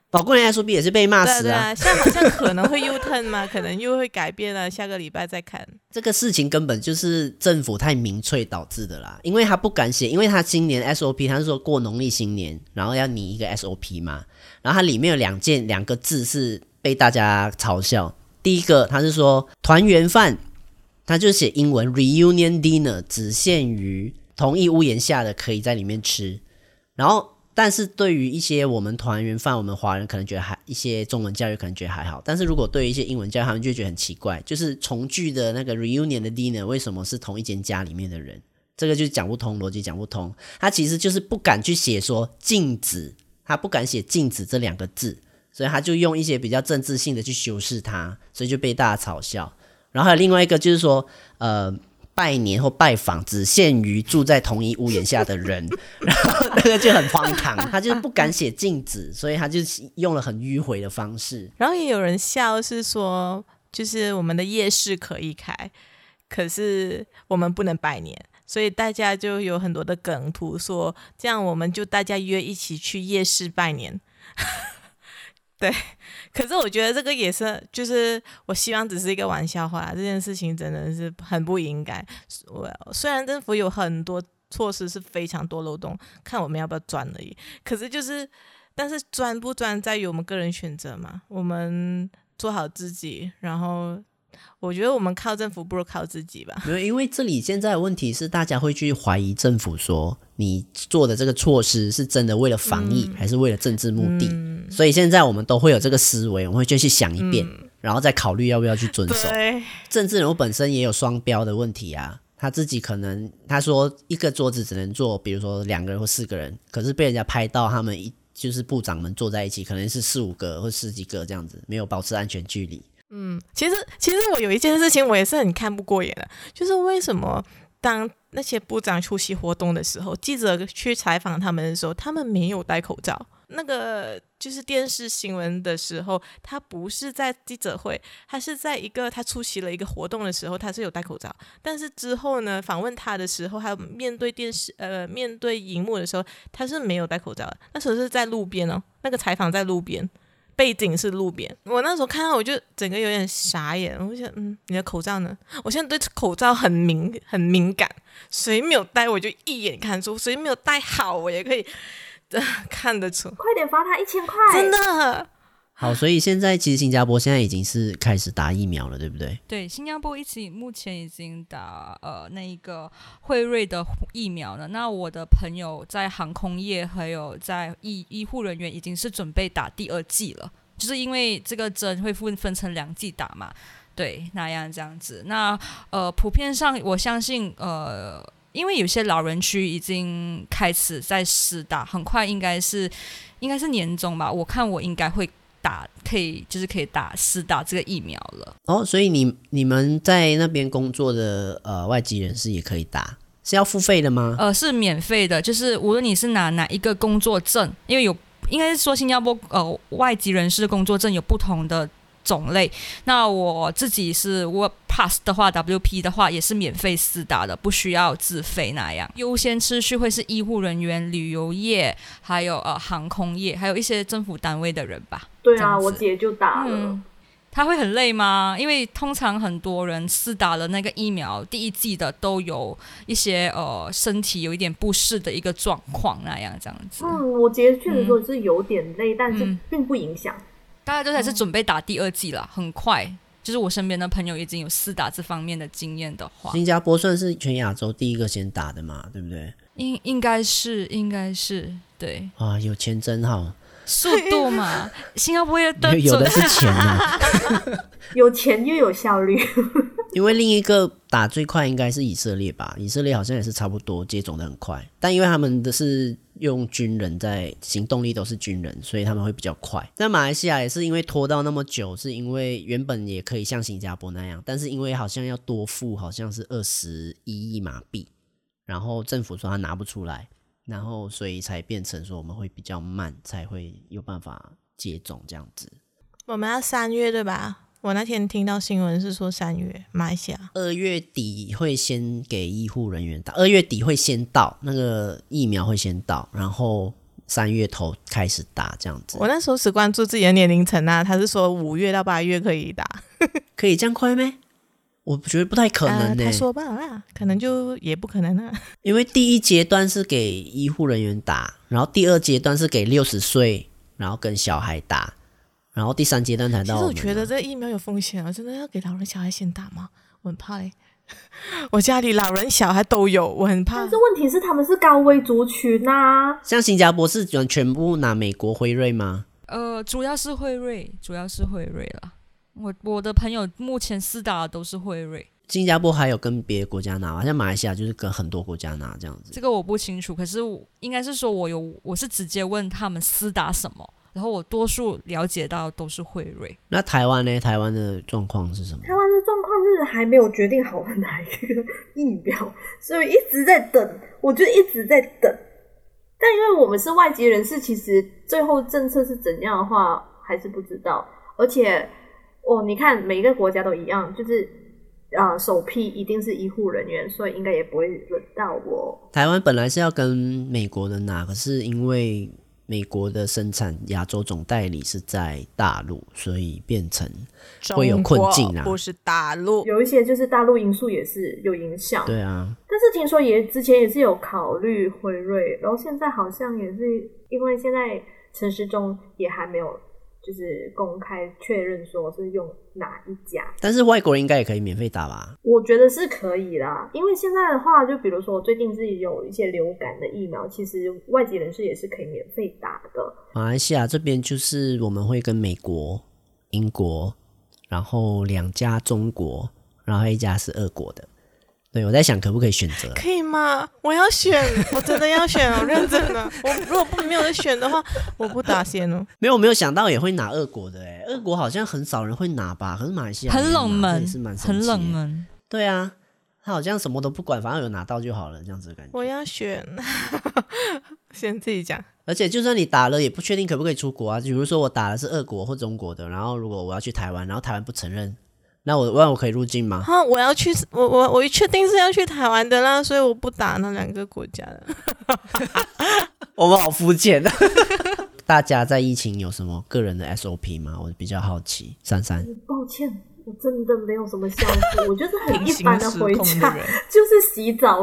过年 SOP 也是被骂死啊。 现在好像可能会 U-turn 嘛，可能又会改变了，下个礼拜再看。 这个事情根本就是政府太民粹导致的啦，因为他不敢写，因为他今年 SOP 他是说过农历新年，然后要拟一个 SOP 嘛，然后它里面有两个字是被大家嘲笑。第一个他是说团圆饭，他就写英文 reunion dinner， 只限于同一屋檐下的可以在里面吃，然后但是对于一些我们团圆饭，我们华人可能觉得还一些中文教育可能觉得还好，但是如果对于一些英文教育，他们就觉得很奇怪，就是重聚的那个 reunion 的 dinner 为什么是同一间家里面的人，这个就讲不通，逻辑讲不通。他其实就是不敢去写说禁止，他不敢写禁止这两个字，所以他就用一些比较政治性的去修饰它，所以就被大家嘲笑。然后还有另外一个就是说拜年或拜访只限于住在同一屋檐下的人，然后那个就很荒唐，他就不敢写禁止，所以他就用了很迂回的方式。 然后也有人笑是说，就是我们的夜市可以开，可是我们不能拜年，所以大家就有很多的梗图说，这样我们就大家约一起去夜市拜年。对，可是我觉得这个也是，就是我希望只是一个玩笑话啦，这件事情真的是很不应该。虽然政府有很多措施是非常多漏洞，看我们要不要钻而已。可是就是，但是钻不钻在于我们个人选择嘛，我们做好自己，然后我觉得我们靠政府不如靠自己吧。 没有，因为这里现在的问题是大家会去怀疑政府说你做的这个措施是真的为了防疫，还是为了政治目的，所以现在我们都会有这个思维，我们会就去想一遍，然后再考虑要不要去遵守。政治人物本身也有双标的问题啊，他自己可能他说一个桌子只能坐比如说2个人或4个人，可是被人家拍到他们就是部长们坐在一起可能是4、5个或10几个这样子，没有保持安全距离。 其实我有一件事情我也是很看不过眼的，就是为什么当那些部长出席活动的时候，记者去采访他们的时候，他们没有戴口罩。那个就是电视新闻的时候，他不是在记者会，他是在他出席了一个活动的时候，他是有戴口罩。但是之后呢，访问他的时候，还有面对面对荧幕的时候，他是没有戴口罩的。那时候是在路边哦，那个采访在路边。背景是路边，我那时候看到我就整个有点傻眼，我就想，你的口罩呢？我现在对口罩很敏感，谁没有戴我就一眼看出，谁没有戴好我也可以看得出。 快点罚他1000块！ 真的。 好，所以现在其实新加坡现在已经是开始打疫苗了，对不对？ 对，新加坡目前已经打那一个辉瑞的疫苗了。那我的朋友在航空业还有在医护人员已经是准备打第2剂了，就是因为这个针会分成2剂打嘛，对，那样这样子。那普遍上我相信因为有些老人区已经开始在施打，很快应该是年中吧，我看我应该会可以施打这个疫苗了。 哦，所以你们在那边工作的外籍人士也可以打，是要付费的吗？ 是免费的，就是无论你是拿哪一个工作证，因为应该是说新加坡外籍人士工作证有不同的种类，那我自己是 Work Pass 的话 WP 的话也是免费施打的，不需要自费那样。优先次序会是医护人员、旅游业还有航空业，还有一些政府单位的人吧。 对啊，我姐就打了。 他会很累吗？因为通常很多人施打了那个疫苗第1剂的都有一些身体有一点不适的一个状况那样这样子。 我姐确实说是有点累，但是并不影响。 大家都还是准备打第2剂啦，很快。就是我身边的朋友已经有施打这方面的经验的话， 新加坡算是全亚洲第一个先打的嘛，对不对？ 应该是对。 啊，有钱真好。 速度嘛，新加坡也有的是钱啊， 有钱又有效率。 因为另一个打最快应该是以色列吧，以色列好像也是差不多接种的很快，但因为他们的是用军人在行动力都是军人，所以他们会比较快。但马来西亚也是因为拖到那么久，是因为原本也可以像新加坡那样，但是因为好像要多付好像是21亿马币，然后政府说他拿不出来，然后所以才变成说我们会比较慢才会有办法接种这样子。 我们要3月对吧？我那天听到新闻是说3月，马来西亚 2月底会先给医护人员打，2月底会先到那个疫苗会先到，然后 3月头开始打这样子。 我那时候只关注自己的年龄层啊，他是说5月到8月可以打， 可以这样快咩？我觉得不太可能呢、 他说吧啦，可能就也不可能啊。 因为第一阶段是给医护人员打，然后第2阶段是给60岁，然后跟小孩打，然后第3阶段才到我们。 其实我觉得这疫苗有风险啊，真的要给老人小孩先打吗？我很怕嘞。我家里老人小孩都有，我很怕但。是问题是他们是高危族群啊。 像新加坡是全部拿美国辉瑞吗？ 主要是辉瑞啦。我的朋友目前4打的都是辉瑞。 新加坡还有跟别的国家拿吗？像马来西亚就是跟很多国家拿这样子。 这个我不清楚，可是应该是说我是直接问他们4打什么，然后我多数了解到都是辉瑞。 那台湾呢？台湾的状况是什么？ 台湾的状况是还没有决定好哪一个疫苗，所以一直在等，我就一直在等。但因为我们是外籍人士，其实最后政策是怎样的话还是不知道。而且你看每一个国家都一样，就是首批一定是医护人员，所以应该也不会轮到我。 台湾本来是要跟美国的拿，可是因为美国的生产亚洲总代理是在大陆，所以变成会有困境啊。 不是大陆， 有一些就是大陆因素也是有影响。 对啊， 但是听说之前也是有考虑辉瑞，然后现在好像也是因为现在陈时中也还没有就是公开确认说是用哪一家。 但是外国人应该也可以免费打吧？ 我觉得是可以啦，因为现在的话，就比如说最近是有一些流感的疫苗，其实外籍人士也是可以免费打的。 马来西亚这边就是我们会跟美国、英国，然后2家中国，然后1家是俄国的。对，我在想可不可以选择？ 可以吗？我要选，我真的要选哦，认真的。我如果没有得选的话，我不打先哦。 没有想到也会拿俄国的诶，俄国好像很少人会拿吧？可是马来西亚很冷门， 也是蛮很冷门。 对啊，他好像什么都不管，反正有拿到就好了，这样子的感觉。 我要选，先自己讲。 而且就算你打了，也不确定可不可以出国啊。比如说我打的是俄国或中国的，然后如果我要去台湾，然后台湾不承认，那我可以入境吗？ 我要去，我确定是要去台湾的啦，所以我不打那2个国家的。 我们好肤浅啊！大家在疫情有什么个人的 SOP 吗？我比较好奇。珊珊， 抱歉，我真的没有什么消息，我就是很一般的回平行时空家的人， 就是洗澡。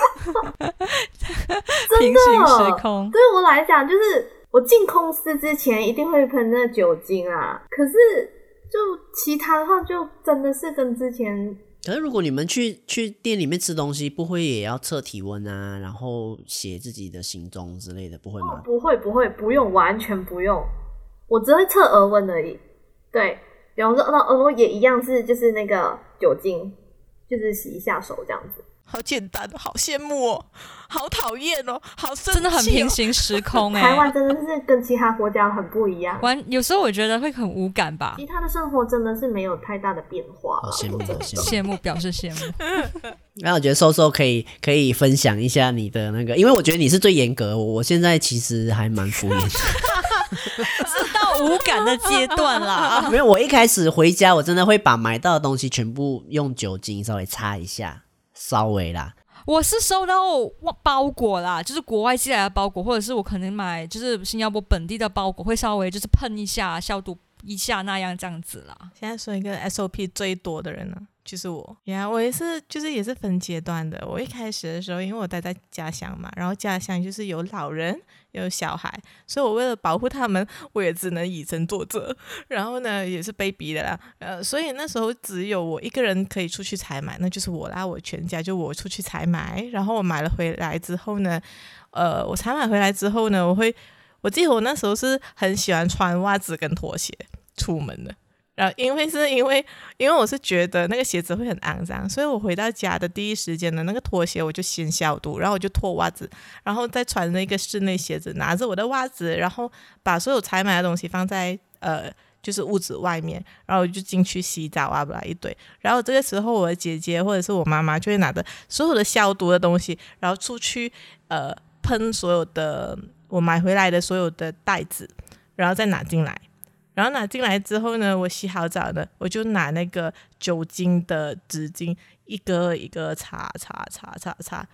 平行时空。 对我来讲，就是我进公司之前一定会喷那酒精啊，可是就其他的话，就真的是跟之前。 可是如果你们去店里面吃东西，不会也要测体温啊，然后写自己的行踪之类的，不会吗？ 不会，不用，完全不用，我只会测额温而已。对，比方说额温也一样是就是那个酒精，就是洗一下手这样子。 好简单，好羡慕哦，好讨厌哦，好生气哦， 真的很平行时空台湾真的是跟其他国家很不一样， 有时候我觉得会很无感吧。 其他的生活真的是没有太大的变化。 好羡慕， 羡慕，表示羡慕。 那我觉得瘦瘦可以分享一下你的那个，因为我觉得你是最严格，我现在其实还蛮敷衍的。 是到无感的阶段啦。 没有，我一开始回家，我真的会把买到的东西全部用酒精稍微擦一下，稍微啦。 我是收到包裹啦，就是国外寄来的包裹，或者是我可能买就是新加坡本地的包裹，会稍微就是喷一下消毒一下那样这样子啦。 现在说一个 SOP 最多的人呢，就是我。我也是，就是也是分阶段的。我一开始的时候，因为我待在家乡嘛，然后家乡就是有老人有小孩，所以我为了保护他们，我也只能以身作则。然后呢，也是被逼的啦。所以那时候只有我一个人可以出去采买，那就是我啦，我全家就我出去采买。然后我买了回来之后呢，我采买回来之后呢，我记得我那时候是很喜欢穿袜子跟拖鞋出门的。然后因为我是觉得那个鞋子会很肮脏，所以我回到家的第一时间的那个拖鞋我就先消毒，然后我就脱袜子，然后再穿那个室内鞋子，拿着我的袜子，然后把所有采买的东西放在就是屋子外面，然后我就进去洗澡啊，不啦一堆。然后这个时候我的姐姐或者是我妈妈就会拿着所有的消毒的东西，然后出去喷所有的我买回来的所有的袋子，然后再拿进来。然后拿进来之后呢，我洗好澡的，我就拿那个酒精的纸巾一个一个擦，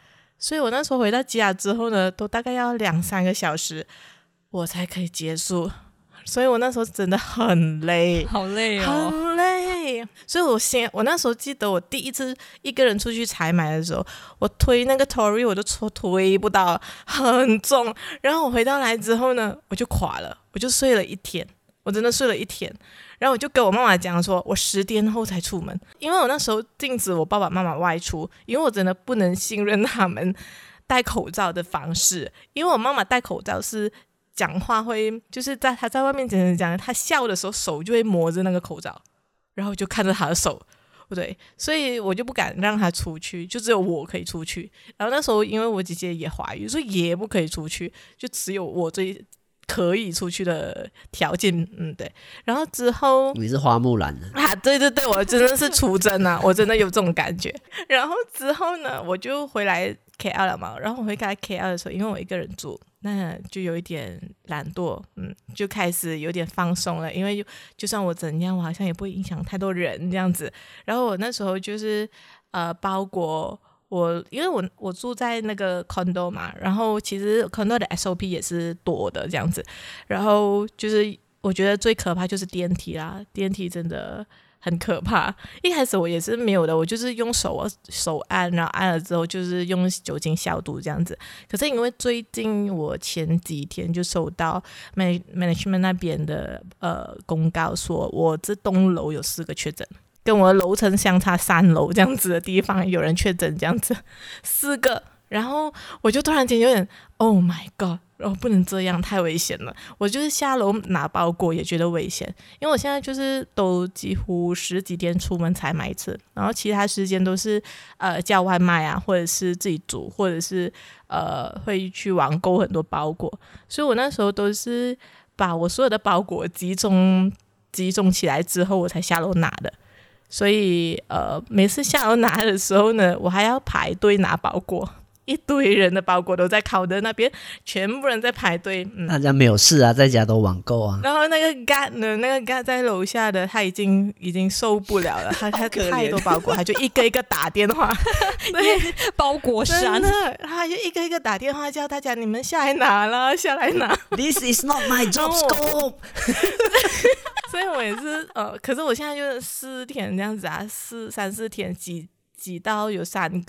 所以我那时候回到家之后呢，都大概要2-3个小时我才可以结束，所以我那时候真的很累， 好累哦， 很累。所以我那时候记得我第一次一个人出去采买的时候，我推那个 Tory 我都推不到，很重。然后我回到来之后呢，我就垮了，我就睡了一天，我真的睡了一天。然后我就跟我妈妈讲说，我10点后才出门，因为我那时候禁止我爸爸妈妈外出，因为我真的不能信任他们戴口罩的方式。因为我妈妈戴口罩是讲话会，就是他在外面讲，他笑的时候手就会摸着那个口罩，然后就看着他的手，对，所以我就不敢让他出去，就只有我可以出去。然后那时候因为我姐姐也怀孕，所以也不可以出去，就只有我最可以出去的条件，对。然后之后你是花木兰啊，对对对，我真的是出征啊，我真的有这种感觉。然后之后呢，我就回来 KL 了嘛。然后我回来 KL 的时候，因为我一个人住，那就有一点懒惰，就开始有点放松了。因为就算我怎样，我好像也不会影响太多人这样子。然后我那时候就是包裹。因为我住在那个 condo 嘛，然后其实 condo 的 SOP 也是多的这样子，然后就是我觉得最可怕就是电梯啦，电梯真的很可怕。一开始我也是没有的，我就是用手按，然后按了之后就是用酒精消毒这样子。可是因为最近我前几天就收到 management 那边的公告说，我这栋楼有4个确诊。跟我的楼层相差3楼这样子的地方有人确诊，这样子4个，然后我就突然间有点 Oh my god， 不能这样，太危险了。我就是下楼拿包裹也觉得危险，因为我现在就是都几乎10几天出门才买一次，然后其他时间都是叫外卖啊，或者是自己煮，或者是会去网购很多包裹，所以我那时候都是把我所有的包裹集中起来之后我才下楼拿的。所以每次下楼拿的时候呢，我还要排队拿包裹，一堆人的包裹都在考德那边，全部人在排队。 大家没有事啊，在家都网购啊。 然后那个 guard 呢，那个 guard 在楼下的，他已经受不了了，他太多包裹，他就一个一个打电话，对， 包裹山， 他就一个一个打电话叫大家你们下来拿啦，下来拿。 This is not my job scope 。 所以我也是可是我现在就是4天这样子啊，3-4天挤到有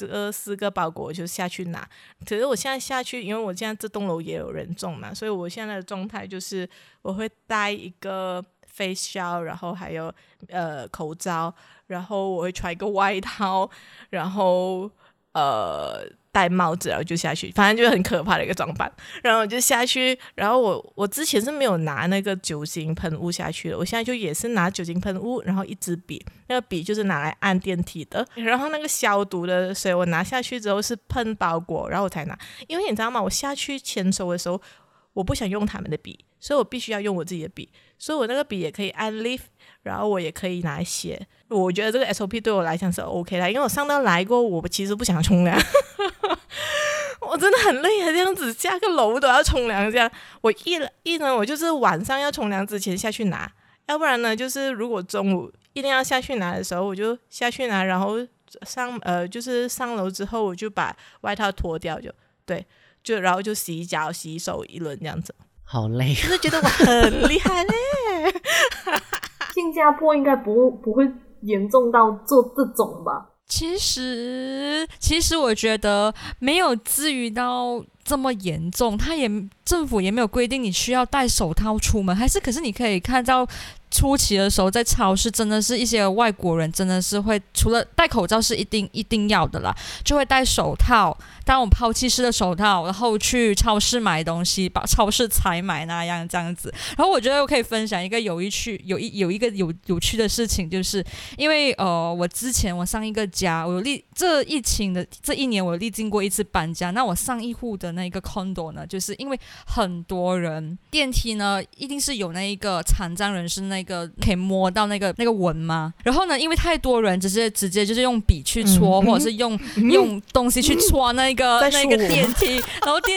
4个包裹我就下去拿。可是我现在下去，因为我现在这栋楼也有人中嘛，所以我现在的状态就是我会带一个 face shield， 然后还有口罩，然后我会穿一个外套，然后戴帽子，然后就下去，反正就是很可怕的一个装扮。然后我就下去，然后我之前是没有拿那个酒精喷雾下去的，我现在就也是拿酒精喷雾，然后一支笔，那个笔就是拿来按电梯的，然后那个消毒的水我拿下去之后是喷包裹，然后我才拿。因为你知道吗，我下去签收的时候我不想用他们的笔，所以我必须要用我自己的笔，所以我那个笔也可以按 leaf， 然后我也可以拿来写。我觉得这个 SOP 对我来讲是 OK 的，因为我上到来过，我其实不想冲凉我真的很累啊，这样子下个楼都要冲凉这样。我我就是晚上要冲凉之前下去拿，要不然呢就是如果中午一定要下去拿的时候我就下去拿，然后就是上楼之后我就把外套脱掉，然后就洗脚洗手一轮这样子。 好累， 就是觉得我很厉害嘞新加坡应该不会严重到做这种吧？ 其实我觉得没有至于到这么严重，政府也没有规定你需要戴手套出门，可是你可以看到初期的时候在超市真的是一些外国人真的是会除了戴口罩是一定要的啦，就会戴手套，当我们抛弃式的手套，然后去超市买东西，把超市采买那样这样子。然后我觉得我可以分享一个有趣的事情，就是因为我之前我上一个家，这疫情的这1年我历经过一次搬家，那我上一户的那个 condo 呢，就是因为很多人，电梯呢一定是有那一个残障人士那个可以摸到那个纹吗？然后呢，因为太多人直接就是用笔去戳，或者是用东西去戳那个电梯，然后电梯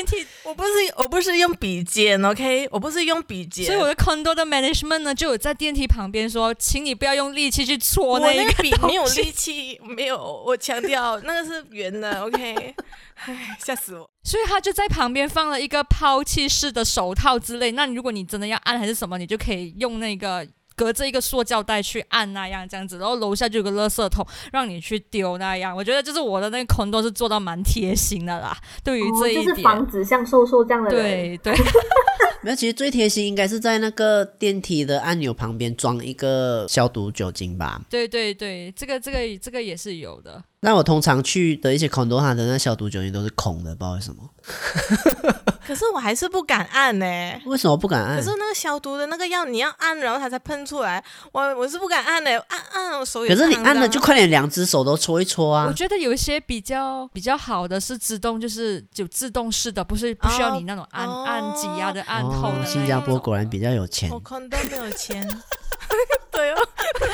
我不是用笔尖 ，OK， 我不是用笔尖， 所以我的 condo 的 management 呢，就有在电梯旁边说，请你不要用力气去戳我那一个那个笔没有东西力气，没有，我强调那个是圆的 ，OK， 唉，吓死我。 所以他就在旁边放了一个抛弃式的手套之类。那如果你真的要按还是什么，你就可以用那个隔着一个塑胶袋去按那样这样子，然后楼下就有个垃圾桶让你去丢那样。我觉得就是我的那个 condo 是做到蛮贴心的啦，对于这一点， 就是防止像瘦瘦这样的人。 对对。 没有，其实最贴心应该是在那个电梯的按钮旁边装一个消毒酒精吧。 对对对，这个也是有的。 那我通常去的一些 condo 它的那消毒酒精都是空的，不知道为什么。 可是我还是不敢按呢、 为什么不敢按？ 可是那个消毒的那个你要按，然后它才喷出来。我是不敢按的、按我手也可是你烫的按了就快点两只手都搓一搓啊。 我觉得有一些比较好的是自动，就是有自动式的，不需要你那种按挤压的按头的那一种。 新加坡果然比较有钱。 我看到没有钱，对哦。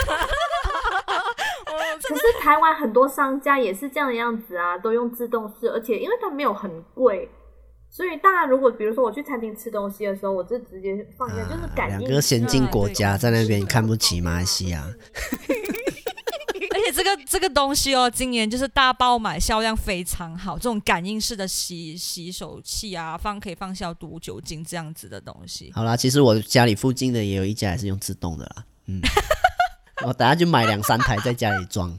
可是台湾很多商家也是这样的样子啊，都用自动式，而且因为它没有很贵，所以大家如果比如说我去餐厅吃东西的时候，我就直接放下，就是感应。 两个先进国家在那边看不起马来西亚。 而且这个东西哦，今年就是大爆买，销量非常好。这种感应式的洗手器啊，可以放消毒酒精这样子的东西。 好啦，其实我家里附近的也有一家也是用自动的啦。我等下就买2-3台在家里装。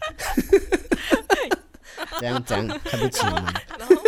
这样看不起你们。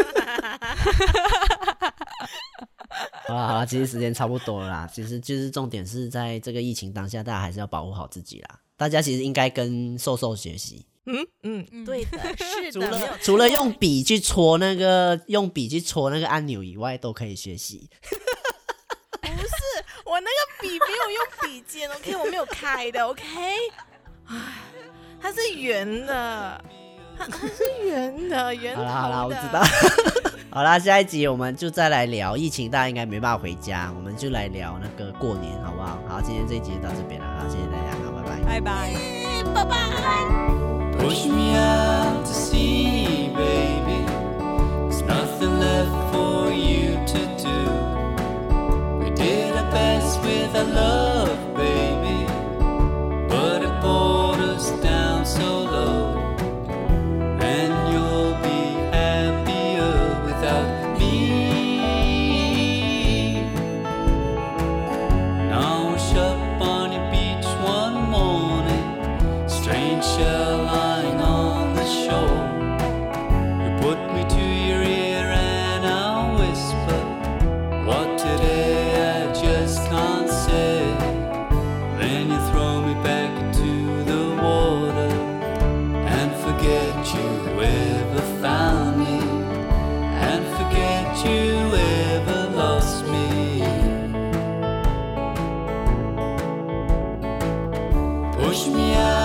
好啦，其实时间差不多了啦。其实就是重点是在这个疫情当下，大家还是要保护好自己啦。大家其实应该跟瘦瘦学习。 对的，是的。 除了用笔去戳那个按钮以外，都可以学习。 不是，我那个笔没有用笔尖 ，OK， 我没有开的 ，OK， 它是圆的，它是圆的，圆头的。 好啦，我知道。好啦，下一集我们就再来聊疫情，大家应该没办法回家，我们就来聊那个过年，好不好？好，今天这一集就到这边了，好，谢谢大家，好，拜拜， 拜拜， 拜拜。 Push me out to sea, baby. There's nothing left for you to do. We did our best with our love, baby, but it brought us down so low. And you'll be happier without me. Now wash up on your beach one morning, strange shell lying on the shore. You put me to your ear and I'll whisper, what today I just can't say. Then you throw me back into the water and forget you ever found me, and forget you ever lost me. Push me out